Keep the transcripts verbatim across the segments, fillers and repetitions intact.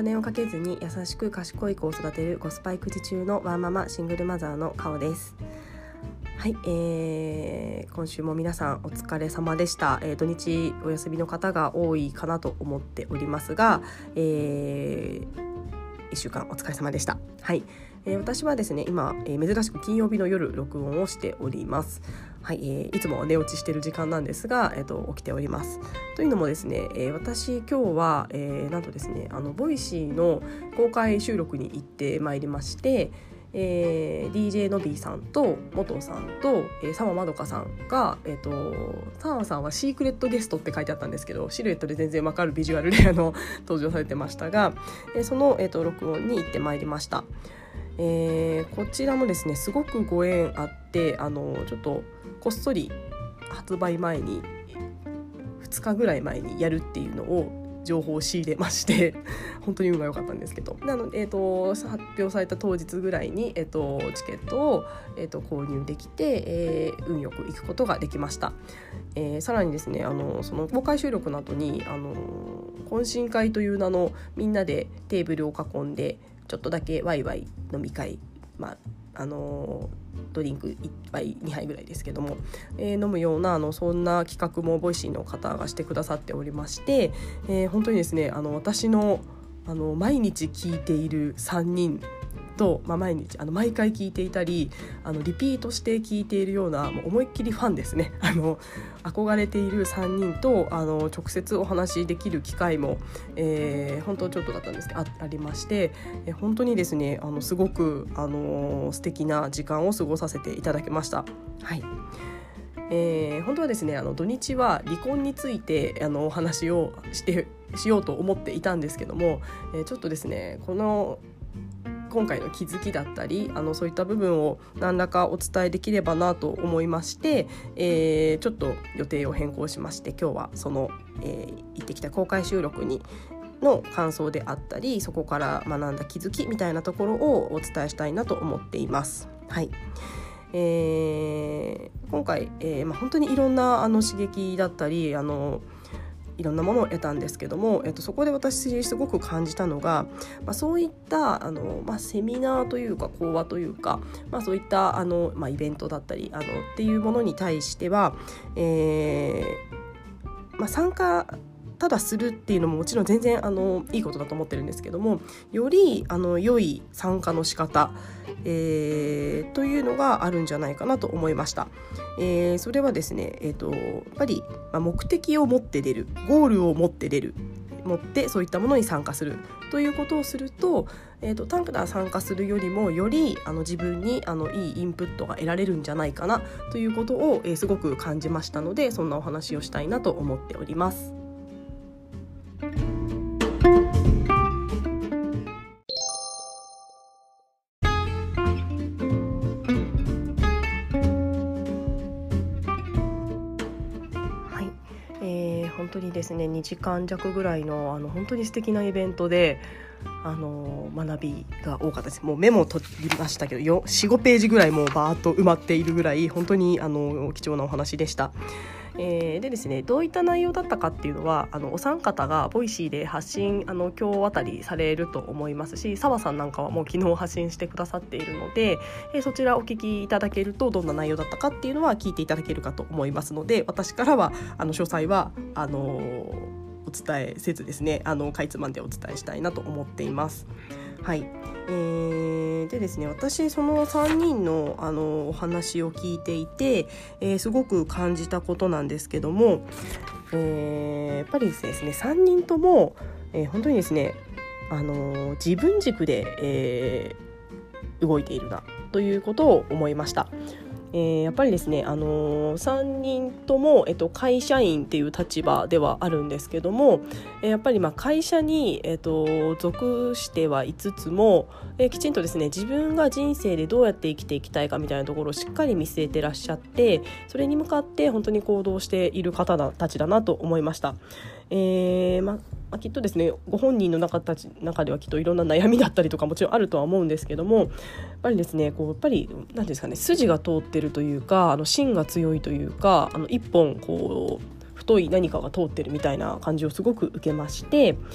金をかけずに優しく賢い子を育てるコスパ育児中のワーママシングルマザーのかおです。はい、えー、今週も皆さんお疲れ様でした、えー、土日お休みの方が多いかなと思っておりますが、えー、いっしゅうかんお疲れ様でした。はい、えー、私はですね今、えー、珍しく金曜日の夜録音をしております。はい、えー、いつも寝落ちしている時間なんですが、えー、と起きております。というのもですね、えー、私今日は、えー、なんとですねあのボイシーの公開収録に行ってまいりまして、えー、ディージェー の B さんと元さんと、えー、澤まどかさんが、えー、と澤さんはシークレットゲストって書いてあったんですけど、シルエットで全然わかるビジュアルであの登場されてましたが、えー、その、えー、と録音に行ってまいりました。えー、こちらもですねすごくご縁あってあのちょっとこっそり発売前にふつかぐらい前にやるっていうのを情報を仕入れまして本当に運が良かったんですけど、なので、えー、と発表された当日ぐらいに、えー、とチケットを、えー、と購入できて、えー、運よく行くことができました。えー、さらにですねあのその公開収録の後にあの懇親会という名のみんなでテーブルを囲んでちょっとだけワイワイ飲み会、まああのドリンクいっぱいにはいぐらいですけども、えー、飲むようなあのそんな企画もボイシーの方がしてくださっておりまして、えー、本当にですねあの私の、あの毎日聞いているさんにんと、まあ、毎日あの毎回聞いていたりあのリピートして聞いているようなもう思いっきりファンですね、あの憧れているさんにんとあの直接お話しできる機会も、えー、本当ちょっとだったんですけど あ, ありまして、えー、本当にですねあのすごく、あのー、素敵な時間を過ごさせていただきました。はい、えー、本当はですねあの土日は離婚についてあのお話をしてしようと思っていたんですけども、えー、ちょっとですねこの今回の気づきだったりあのそういった部分を何らかお伝えできればなと思いまして、えー、ちょっと予定を変更しまして今日はその、えー、行ってきた公開収録にの感想であったりそこから学んだ気づきみたいなところをお伝えしたいなと思っています。はい、えー、今回、えーまあ、本当にいろんなあの刺激だったりあのいろんなものを得たんですけども、えっと、そこで私すごく感じたのが、まあ、そういったあの、まあ、セミナーというか講話というか、まあ、そういったあの、まあ、イベントだったりあのっていうものに対しては、えーまあ、参加ただするっていうのももちろん全然あのいいことだと思ってるんですけども、よりあの良い参加の仕方、えー、というのがあるんじゃないかなと思いました。えー、それはですね、えーと、やっぱり、まあ、目的を持って出る、ゴールを持って出る、持ってそういったものに参加するということをすると、えーと、単価参加するよりもよりあの自分にあのいいインプットが得られるんじゃないかなということを、えー、すごく感じましたので、そんなお話をしたいなと思っております。本当にですねにじかんじゃくぐらい の, あの本当に素敵なイベントであの学びが多かったです。もうメモ取りましたけど よん,ご ページぐらいもうバーッと埋まっているぐらい本当にあの貴重なお話でした。えー、でですねどういった内容だったかっていうのはあのお三方がボイシーで発信あの今日あたりされると思いますし、澤さんなんかはもう昨日発信してくださっているので、えー、そちらお聞きいただけるとどんな内容だったかっていうのは聞いていただけるかと思いますので、私からはあの詳細はあのお伝えせずですねあのかいつまんでお伝えしたいなと思っています。はい、えー、でですね私そのさんにん の, あのお話を聞いていて、えー、すごく感じたことなんですけども、えー、やっぱりですねさんにんとも、えー、本当にですねあの自分軸で、えー、動いているなということを思いました。えー、やっぱりですね、あのー、さんにんとも、えっと、会社員っていう立場ではあるんですけども、えー、やっぱりまあ会社に、えっと、属してはいつつも、えー、きちんとですね自分が人生でどうやって生きていきたいかみたいなところをしっかり見据えてらっしゃって、それに向かって本当に行動している方たちだなと思いました。えーままあ、きっとですねご本人の 中, たち中ではきっといろんな悩みだったりとかもちろんあるとは思うんですけども、やっぱりですねこうやっぱり何ていうんですかね筋が通ってるというかあの芯が強いというかあの一本こう太い何かが通ってるみたいな感じをすごく受けまして、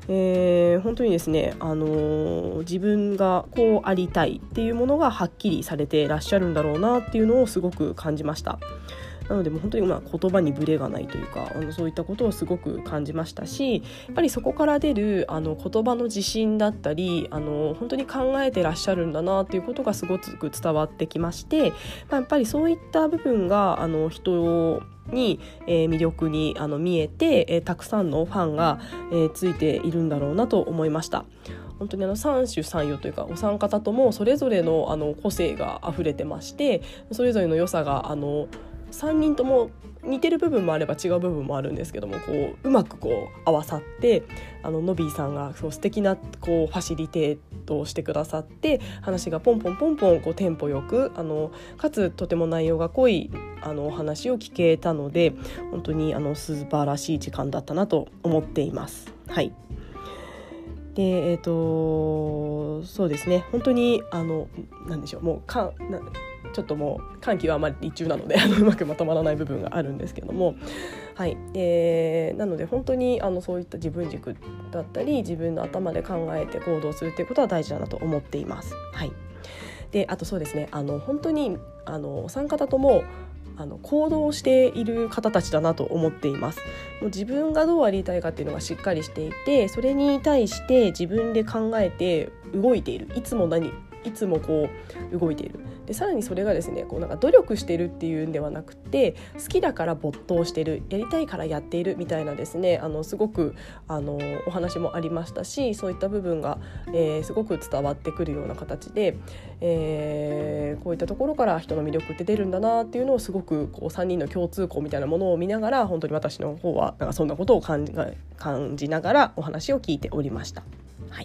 えー、本当にですね、あのー、自分がこうありたいっていうものがはっきりされていらっしゃるんだろうなっていうのをすごく感じました。なのでもう本当にまあ言葉にブレがないというか、あのそういったことをすごく感じましたし、やっぱりそこから出るあの言葉の自信だったり、あの本当に考えてらっしゃるんだなっていうことがすごく伝わってきまして、まあ、やっぱりそういった部分があの人に、えー、魅力にあの見えて、えー、たくさんのファンが、えー、ついているんだろうなと思いました。本当にあの三種三様というか、お三方ともそれぞれのあの個性があふれてまして、それぞれの良さがあのさんにんとも似てる部分もあれば違う部分もあるんですけども、こううまくこう合わさって、あのノビーさんがそう素敵なこうファシリテートをしてくださって、話がポンポンポンポンこうテンポよく、あのかつとても内容が濃いあのお話を聞けたので、本当にあの素晴らしい時間だったなと思っています。はい。でえー、とそうですね、本当にあのなんでしょう、もうかなちょっともう感極まり中なのであのうまくまとまらない部分があるんですけども、はい、でなので本当にあのそういった自分軸だったり、自分の頭で考えて行動するっていうことは大事だなと思っています。はい。であとそうですね、あの本当にあのお三方ともあの行動している方たちだなと思っています。もう自分がどうありたいかっていうのがしっかりしていて、それに対して自分で考えて動いている、いつも何いつもこう動いている。でさらにそれがですね、こうなんか努力しているっていうんではなくて、好きだから没頭している、やりたいからやっているみたいなですね、あのすごくあのお話もありましたし、そういった部分が、えー、すごく伝わってくるような形で、えー、こういったところから人の魅力って出るんだなっていうのをすごくこうさんにんの共通項みたいなものを見ながら、本当に私の方はなんかそんなことを感じ、感じながらお話を聞いておりました。はい。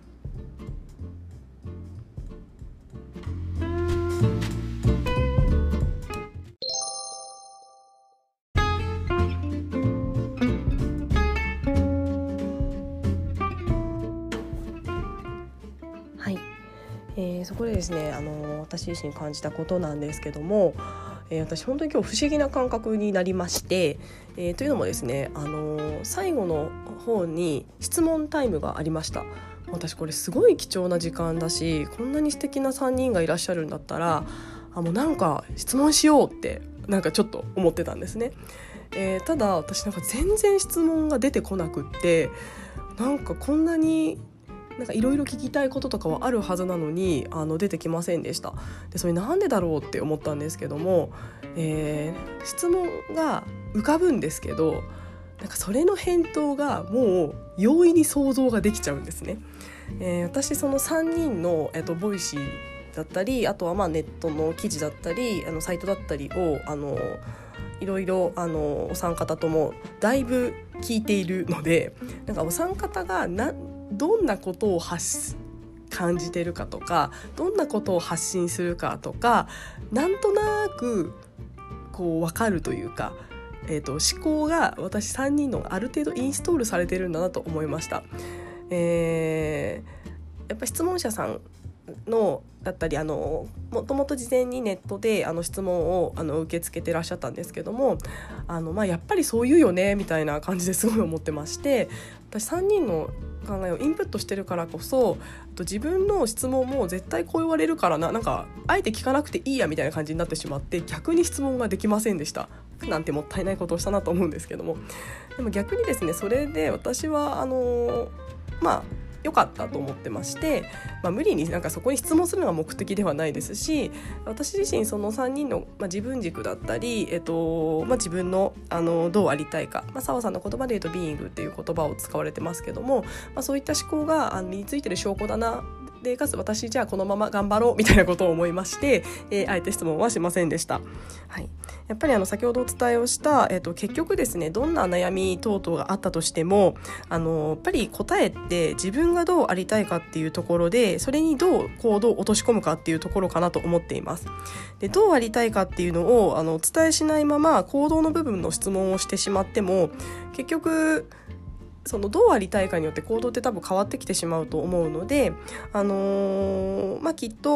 えー、そこでですね、あの私自身感じたことなんですけども、えー、私本当に今日不思議な感覚になりまして、えー、というのもですね、あの最後の方に質問タイムがありました。私これすごい貴重な時間だし、こんなに素敵なさんにんがいらっしゃるんだったら、あもうなんか質問しようってなんかちょっと思ってたんですね。えー、ただ私なんか全然質問が出てこなくって、なんかこんなになんかいろいろ聞きたいこととかはあるはずなのにあの出てきませんでした。でそれなんでだろうって思ったんですけども、えー、質問が浮かぶんですけど、なんかそれの返答がもう容易に想像ができちゃうんですね。えー、私そのさんにんの、えーと、ボイシーだったり、あとはまあネットの記事だったり、あのサイトだったりをあのいろいろあのお三方ともだいぶ聞いているので、なんかお三方がなどんなことを発感じてるかとか、どんなことを発信するかとか、なんとなくこう分かるというか、えーと、思考が私さんにんのある程度インストールされてるんだなと思いました。えー、やっぱ質問者さんのだったり、あのもともと事前にネットであの質問をあの受け付けてらっしゃったんですけども、あの、まあ、やっぱりそう言うよねみたいな感じですごい思ってまして、私さんにんの考えをインプットしてるからこそ、自分の質問も絶対こう言われるからな、なんかあえて聞かなくていいやみたいな感じになってしまって、逆に質問ができませんでしたなんてもったいないことをしたなと思うんですけども、でも逆にですね、それで私はあのまあ良かったと思ってまして、まあ、無理になんかそこに質問するのが目的ではないですし、私自身そのさんにんの、まあ、自分軸だったり、えっとまあ、自分の、あのどうありたいか、まあ、澤さんの言葉で言うとビーイングっていう言葉を使われてますけども、まあ、そういった思考があの身についてる証拠だな、でかつ私じゃあこのまま頑張ろうみたいなことを思いまして、えー、あえて質問はしませんでした。はい、やっぱりあの先ほどお伝えをした、えーと、結局ですね、どんな悩み等々があったとしても、あのやっぱり答えって自分がどうありたいかっていうところで、それにどう行動を落とし込むかっていうところかなと思っています。でどうありたいかっていうのをあのお伝えしないまま行動の部分の質問をしてしまっても、結局そのどうありたいかによって行動って多分変わってきてしまうと思うので、あのーまあ、きっと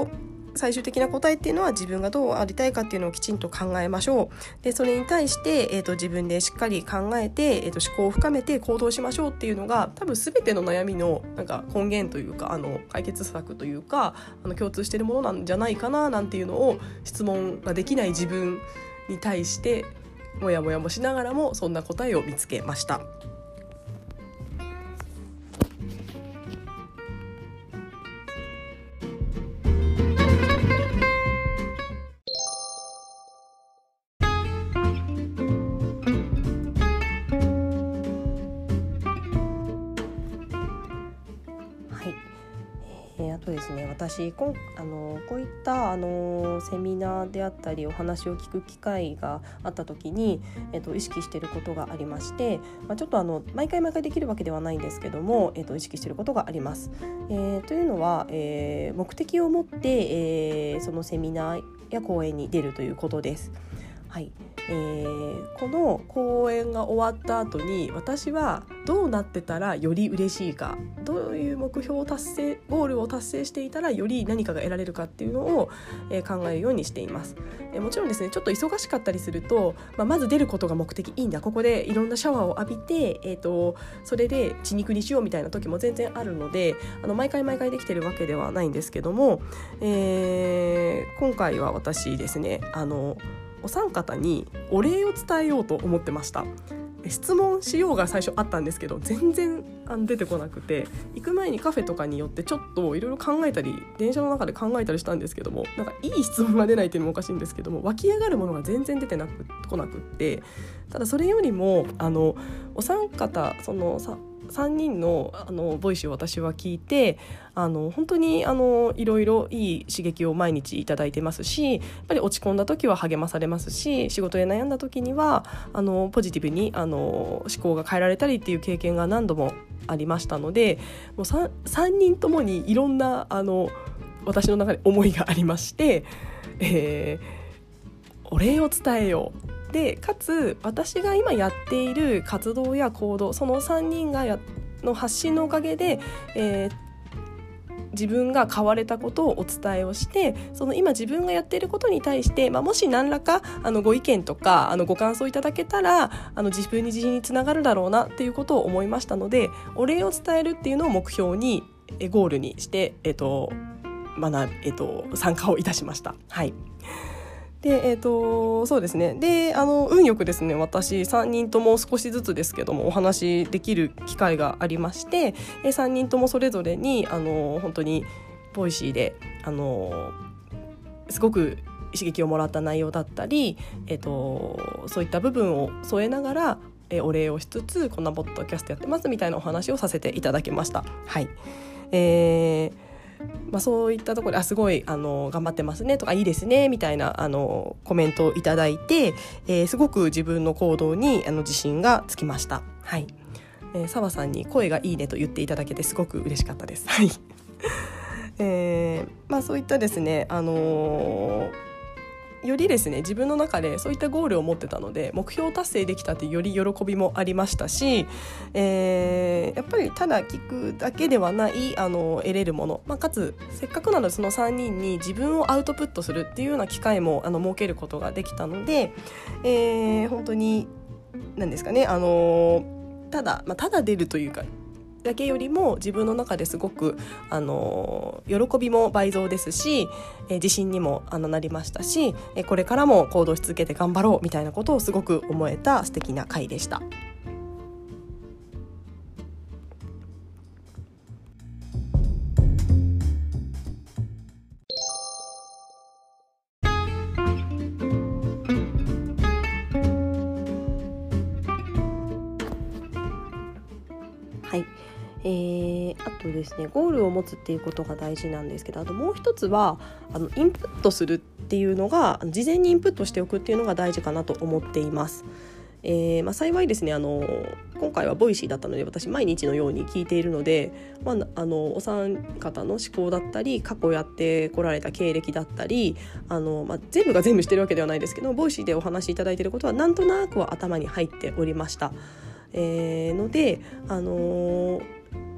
最終的な答えっていうのは自分がどうありたいかっていうのをきちんと考えましょう。でそれに対して、えー、と自分でしっかり考えて、えー、と思考を深めて行動しましょうっていうのが多分全ての悩みのなんか根源というかあの解決策というかあの共通しているものなんじゃないかななんていうのを質問ができない自分に対してもやもやもしながらもそんな答えを見つけました。あとですね、私こんあのこういったあのセミナーであったりお話を聞く機会があった時に、えっと、意識していることがありまして、まあ、ちょっとあの毎回毎回できるわけではないんですけども、えっと、意識していることがあります。えー、というのは、えー、目的を持って、えー、そのセミナーや講演に出るということです。はい、えー、この講演が終わった後に私はどうなってたらより嬉しいか、どういう目標を達成ゴールを達成していたらより何かが得られるかっていうのを、えー、考えるようにしています。えー、もちろんですねちょっと忙しかったりすると、まあ、まず出ることが目的いいんだ、ここでいろんなシャワーを浴びて、えーと、それで血肉にしようみたいな時も全然あるのであの毎回毎回できてるわけではないんですけども、えー、今回は私ですねあのお三方にお礼を伝えようと思ってました。質問しようが最初あったんですけど全然出てこなくて、行く前にカフェとかによってちょっといろいろ考えたり電車の中で考えたりしたんですけども、なんかいい質問が出ないっていうのもおかしいんですけども湧き上がるものが全然出てなくこなくって、ただそれよりもあのお三方そのささんにん の, あのボイスを私は聞いてあの本当にあのいろいろいい刺激を毎日いただいてますし、やっぱり落ち込んだ時は励まされますし、仕事で悩んだ時にはあのポジティブにあの思考が変えられたりっていう経験が何度もありましたので、もう 3, さんにんともにいろんなあの私の中で思いがありまして、えー、お礼を伝えようで、かつ私が今やっている活動や行動、そのさんにんがやの発信のおかげで、えー、自分が変われたことをお伝えをして、その今自分がやっていることに対して、まあ、もし何らかあのご意見とかあのご感想いただけたらあの自分に自信につながるだろうなっていうことを思いましたので、お礼を伝えるっていうのを目標にえゴールにして、えっと学びえっと、参加をいたしました。はいでえー、とそうですねであの運よくですね私さんにんとも少しずつですけどもお話できる機会がありまして、えさんにんともそれぞれにあの本当にボイシーであのすごく刺激をもらった内容だったり、えー、とそういった部分を添えながらえお礼をしつつこんなポッドキャストやってますみたいなお話をさせていただきました。はい、えーまあ、そういったところであすごいあの頑張ってますねとかいいですねみたいなあのコメントをいただいて、えー、すごく自分の行動にあの自信がつきました。はい、えー、澤さんに声がいいねと言っていただけてすごく嬉しかったです。はい、えーまあ、そういったですねあのーよりですね自分の中でそういったゴールを持ってたので目標達成できたってより喜びもありましたし、えー、やっぱりただ聞くだけではないあの得れるもの、まあ、かつせっかくなのでそのさんにんに自分をアウトプットするっていうような機会もあの設けることができたので、えー、本当に何ですかねあのただ、まあ、ただ出るというかだけよりも自分の中ですごくあの喜びも倍増ですし、え自信にもあのなりましたし、えこれからも行動し続けて頑張ろうみたいなことをすごく思えた素敵な回でした。はい、えー、あとですねゴールを持つっていうことが大事なんですけど、あともう一つはあのインプットするっていうのが事前にインプットしておくっていうのが大事かなと思っています。えーまあ、幸いですねあの今回はボイシーだったので私毎日のように聞いているので、まあ、あのお三方の思考だったり過去やってこられた経歴だったりあの、まあ、全部が全部してるわけではないですけどボイシーでお話しいただいていることはなんとなくは頭に入っておりました。えー、ので、あのー、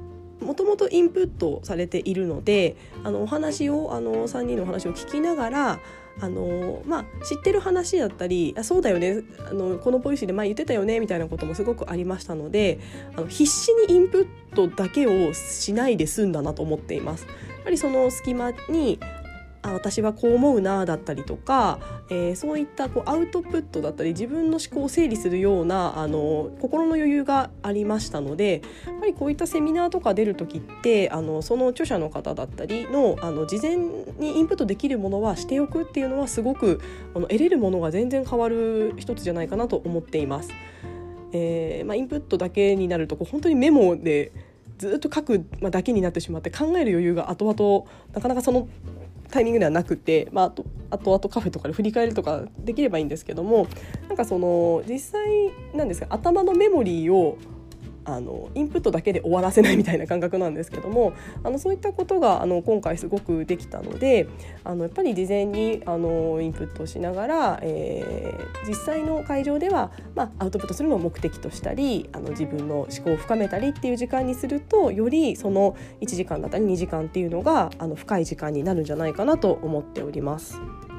もともとインプットされているので、あのお話をあのさんにんのお話を聞きながら、あの、まあ、知ってる話だったり、あそうだよね、あのこのボイシーで前言ってたよねみたいなこともすごくありましたので、あの必死にインプットだけをしないで済んだなと思っています。やっぱりその隙間にあ私はこう思うなだったりとか、えー、そういったこうアウトプットだったり自分の思考を整理するようなあの心の余裕がありましたので、やっぱりこういったセミナーとか出る時ってあのその著者の方だったり の, あの事前にインプットできるものはしておくっていうのはすごくあの得れるものが全然変わる一つじゃないかなと思っています。えーまあ、インプットだけになるとこう本当にメモでずっと書くだけになってしまって、考える余裕が後々なかなかそのタイミングではなくて、まあ、あとあとあとカフェとかで振り返るとかできればいいんですけども、なんかその実際なんですか、頭のメモリーをあのインプットだけで終わらせないみたいな感覚なんですけども、あのそういったことがあの今回すごくできたので、あのやっぱり事前にあのインプットしながら、えー、実際の会場では、まあ、アウトプットするのを目的としたり、あの自分の思考を深めたりっていう時間にすると、よりそのいちじかんだったりにじかんっていうのがあの深い時間になるんじゃないかなと思っております。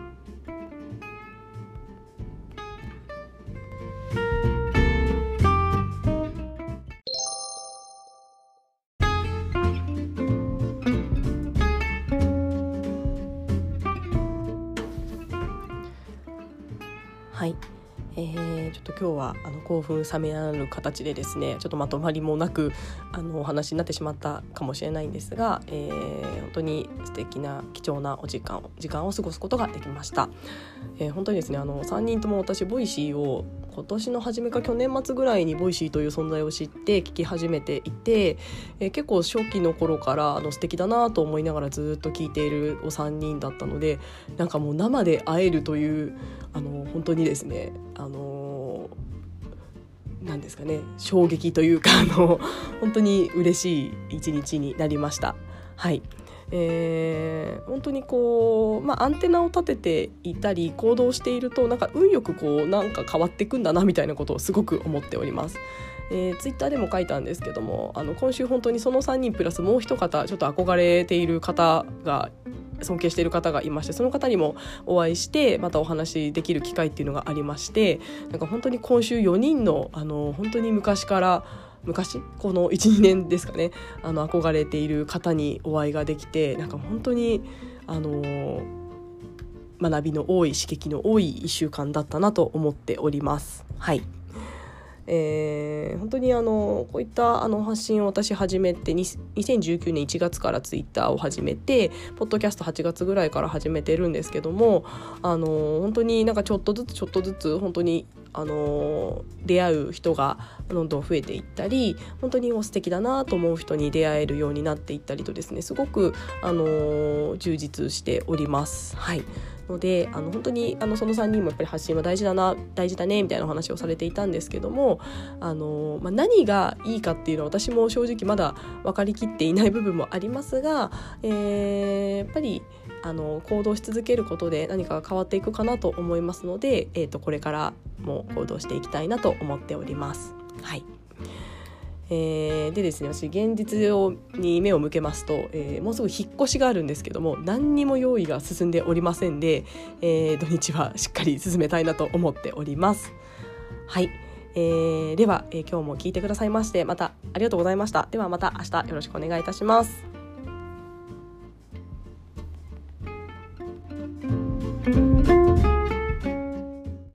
はい、えー、ちょっと今日はあの興奮冷めやらぬ形でですね、ちょっとまとまりもなくあのお話になってしまったかもしれないんですが、えー、本当に素敵な貴重なお時間時間を過ごすことができました。えー、本当にですね、あのさんにんとも私ボイシーを今年の初めか去年末ぐらいにボイシーという存在を知って聞き始めていて、えー、結構初期の頃からあの素敵だなと思いながらずっと聞いているおさんにんだったので、なんかもう生で会えるというあの本当にですね、あのなんですかね、衝撃というかあの本当に嬉しい一日になりました。はい、えー、本当にこう、まあ、アンテナを立てていたり行動していると、なんか運よくこうなんか変わっていくんだなみたいなことをすごく思っております。えー、ツイッターでも書いたんですけども、あの今週本当にそのさんにんプラスもう一方ちょっと憧れている方が尊敬している方がいまして、その方にもお会いしてまたお話できる機会っていうのがありまして、なんか本当に今週よにんのあの本当に昔から昔この いちにねんですかね、あの憧れている方にお会いができて、なんか本当にあの学びの多い刺激の多いいっしゅうかんだったなと思っております。はい、えー、本当にあのこういったあの発信を私始めてにせんじゅうきゅうねんいちがつからツイッターを始めて、ポッドキャストはちがつぐらいから始めてるんですけども、あの本当になんかちょっとずつちょっとずつ本当にあの出会う人がどんどん増えていったり、本当に素敵だなと思う人に出会えるようになっていったりとですね、すごくあの充実しております。はい、のであの本当にあのそのさんにんもやっぱり発信は大事だな大事だねみたいなお話をされていたんですけども、あの、まあ、何がいいかっていうのは私も正直まだ分かりきっていない部分もありますが、えー、やっぱりあの行動し続けることで何かが変わっていくかなと思いますので、えーと、これからも行動していきたいなと思っております。はい、えー、でですね、私現実に目を向けますと、えー、もうすぐ引っ越しがあるんですけども、何にも用意が進んでおりませんで、えー、土日はしっかり進めたいなと思っております。はい、えー、では、えー、今日も聞いてくださいましてまたありがとうございました。ではまた明日よろしくお願いいたします。